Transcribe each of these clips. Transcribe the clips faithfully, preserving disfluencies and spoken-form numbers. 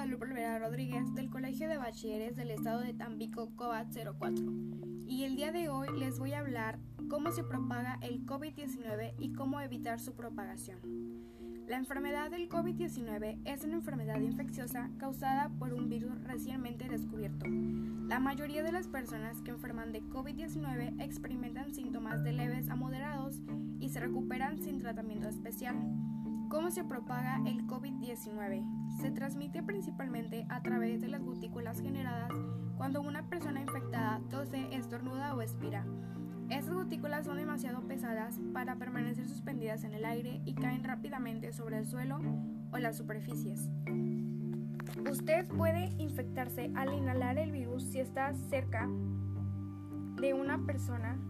Guadalupe Olvera Rodríguez del Colegio de Bachilleres del Estado de Tampico COBAT cero cuatro y el día de hoy les voy a hablar cómo se propaga el COVID diecinueve y cómo evitar su propagación. La enfermedad del COVID diecinueve es una enfermedad infecciosa causada por un virus recientemente descubierto. La mayoría de las personas que enferman de COVID diecinueve experimentan síntomas de leves a moderados y se recuperan sin tratamiento especial. ¿Cómo se propaga el COVID diecinueve? Se transmite principalmente a través de las gotículas generadas cuando una persona infectada tose, estornuda o expira. Estas gotículas son demasiado pesadas para permanecer suspendidas en el aire y caen rápidamente sobre el suelo o las superficies. Usted puede infectarse al inhalar el virus si está cerca de una persona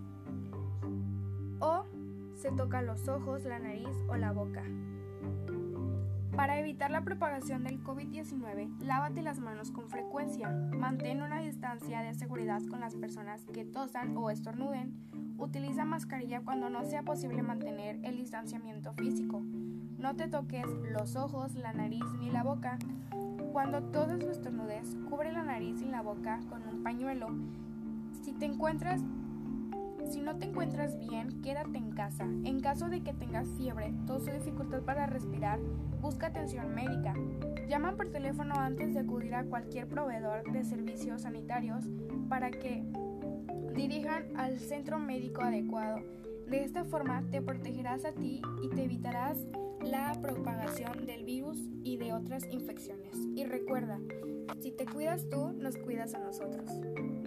o se toca los ojos, la nariz o la boca. Para evitar la propagación del COVID diecinueve, lávate las manos con frecuencia, mantén una distancia de seguridad con las personas que tosan o estornuden, utiliza mascarilla cuando no sea posible mantener el distanciamiento físico, no te toques los ojos, la nariz ni la boca. Cuando toses o estornudes, cubre la nariz y la boca con un pañuelo. Si te encuentras Si no te encuentras bien, quédate en casa. En caso de que tengas fiebre, tos o dificultad para respirar, busca atención médica. Llama por teléfono antes de acudir a cualquier proveedor de servicios sanitarios para que dirijan al centro médico adecuado. De esta forma te protegerás a ti y te evitarás la propagación del virus y de otras infecciones. Y recuerda, si te cuidas tú, nos cuidas a nosotros.